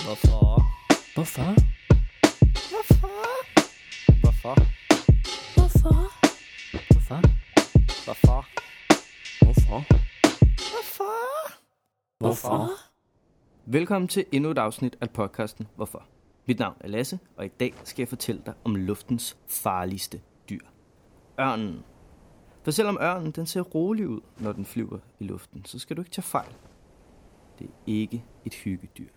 Hvorfor? Hvorfor? Hvorfor? Hvorfor? Hvorfor? Hvorfor? Hvorfor? Hvorfor? Hvorfor? Hvorfor? Velkommen til endnu et afsnit af podcasten Hvorfor? Mit navn er Lasse, og i dag skal jeg fortælle dig om luftens farligste dyr. Ørnen. For selvom ørnen den ser rolig ud, når den flyver i luften, så skal du ikke tage fejl. Det er ikke et hyggedyr.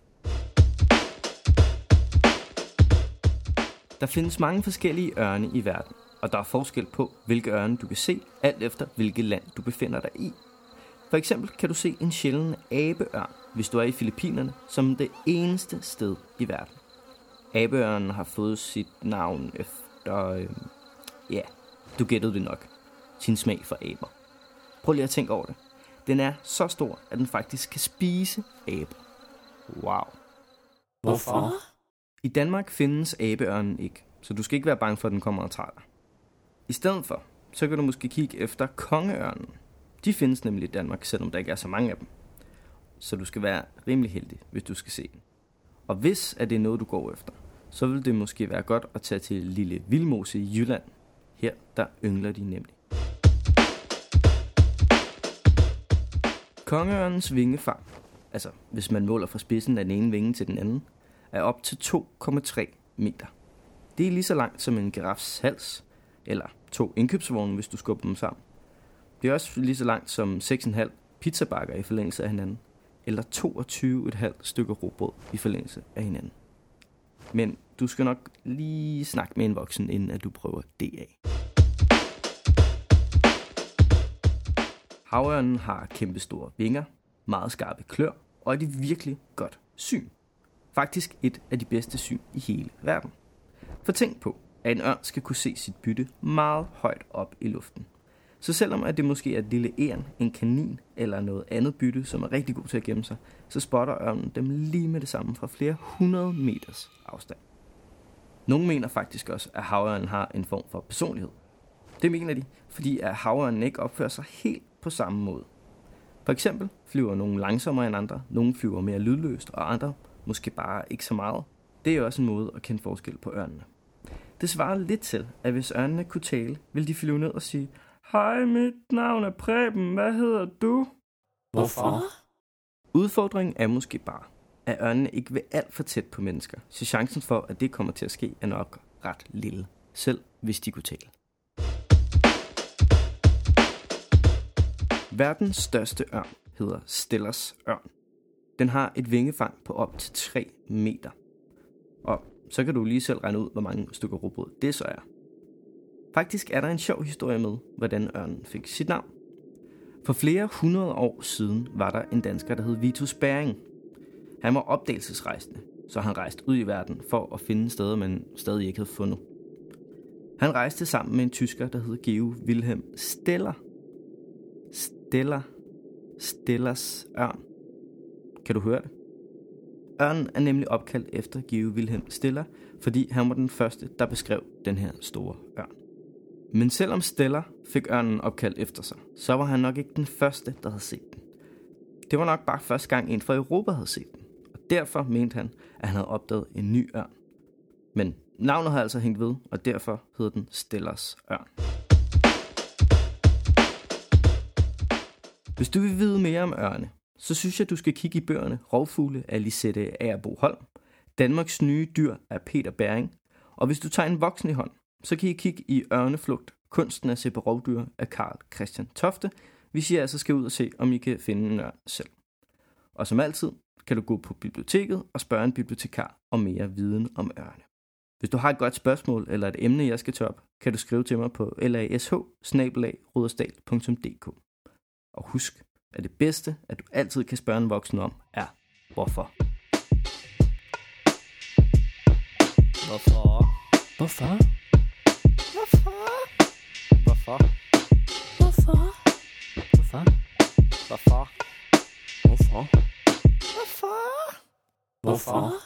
Der findes mange forskellige ørne i verden, og der er forskel på, hvilke ørne du kan se, alt efter hvilket land du befinder dig i. For eksempel kan du se en sjælden abeørn, hvis du er i Filippinerne, som det eneste sted i verden. Abeørnen har fået sit navn efter, du gættede det nok, sin smag for aber. Prøv lige at tænke over det. Den er så stor, at den faktisk kan spise aber. Wow. Hvorfor? I Danmark findes abeørnen ikke, så du skal ikke være bange for, at den kommer og tager dig. I stedet for, så kan du måske kigge efter kongeørnen. De findes nemlig i Danmark, selvom der ikke er så mange af dem. Så du skal være rimelig heldig, hvis du skal se den. Og hvis at det er noget, du går efter, så vil det måske være godt at tage til Lille Vildmose i Jylland. Her, der yngler de nemlig. Kongeørnens vingefang, altså hvis man måler fra spidsen af den ene vinge til den anden, er op til 2,3 meter. Det er lige så langt som en girafs hals, eller 2 indkøbsvogne, hvis du skubber dem sammen. Det er også lige så langt som 6,5 pizzabakker i forlængelse af hinanden, eller 22,5 stykker rugbrød i forlængelse af hinanden. Men du skal nok lige snakke med en voksen, inden at du prøver det af. Havørnen har kæmpestore vinger, meget skarpe klør og et virkelig godt syn. Faktisk et af de bedste syn i hele verden. For tænk på, at en ørn skal kunne se sit bytte meget højt op i luften. Så selvom at det måske er et lille ern, en kanin eller noget andet bytte, som er rigtig god til at gemme sig, så spotter ørnen dem lige med det samme fra flere 100 meters afstand. Nogle mener faktisk også, at havørnen har en form for personlighed. Det mener de, fordi at havørnen ikke opfører sig helt på samme måde. For eksempel flyver nogle langsommere end andre, nogle flyver mere lydløst, og andre måske bare ikke så meget. Det er også en måde at kende forskel på ørnene. Det svarer lidt til, at hvis ørnene kunne tale, ville de flyve ned og sige: "Hej, mit navn er Preben, hvad hedder du?" Hvorfor? Udfordringen er måske bare, at ørnene ikke vil alt for tæt på mennesker, så chancen for, at det kommer til at ske, er nok ret lille, selv hvis de kunne tale. Verdens største ørn hedder Stellers ørn. Den har et vingefang på op til 3 meter. Og så kan du lige selv regne ud, hvor mange stykker rugbrød det så er. Faktisk er der en sjov historie med, hvordan ørnen fik sit navn. For flere 100 år siden var der en dansker, der hed Vitus Bering. Han var opdagelsesrejsende, så han rejste ud i verden for at finde steder, man stadig ikke havde fundet. Han rejste sammen med en tysker, der hed Georg Wilhelm Steller. Stellers ørn. Kan du høre det? Ørnen er nemlig opkaldt efter Georg Wilhelm Steller, fordi han var den første, der beskrev den her store ørn. Men selvom Steller fik ørnen opkaldt efter sig, så var han nok ikke den første, der havde set den. Det var nok bare første gang en fra Europa havde set den, og derfor mente han, at han havde opdaget en ny ørn. Men navnet havde altså hængt ved, og derfor hed den Stellers ørn. Hvis du vil vide mere om ørne, så synes jeg, du skal kigge i bøgerne Rovfugle af Lisette Agerbo Holm, Danmarks nye dyr af Peter Bering, og hvis du tager en voksen i hånd, så kan I kigge i Ørneflugt, kunsten at se på rovdyr af Carl Christian Tofte, hvis I altså skal ud og se, om I kan finde en ørn selv. Og som altid kan du gå på biblioteket og spørge en bibliotekar om mere viden om ørne. Hvis du har et godt spørgsmål eller et emne, jeg skal tage op, kan du skrive til mig på lash@rudersdal.dk. Og husk, at det bedste, at du altid kan spørge en voksen om, er hvorfor. Hvorfor? Hvorfor? Hvorfor? Hvorfor? Hvorfor? Hvorfor? Hvorfor? Hvorfor? Hvorfor? Hvorfor?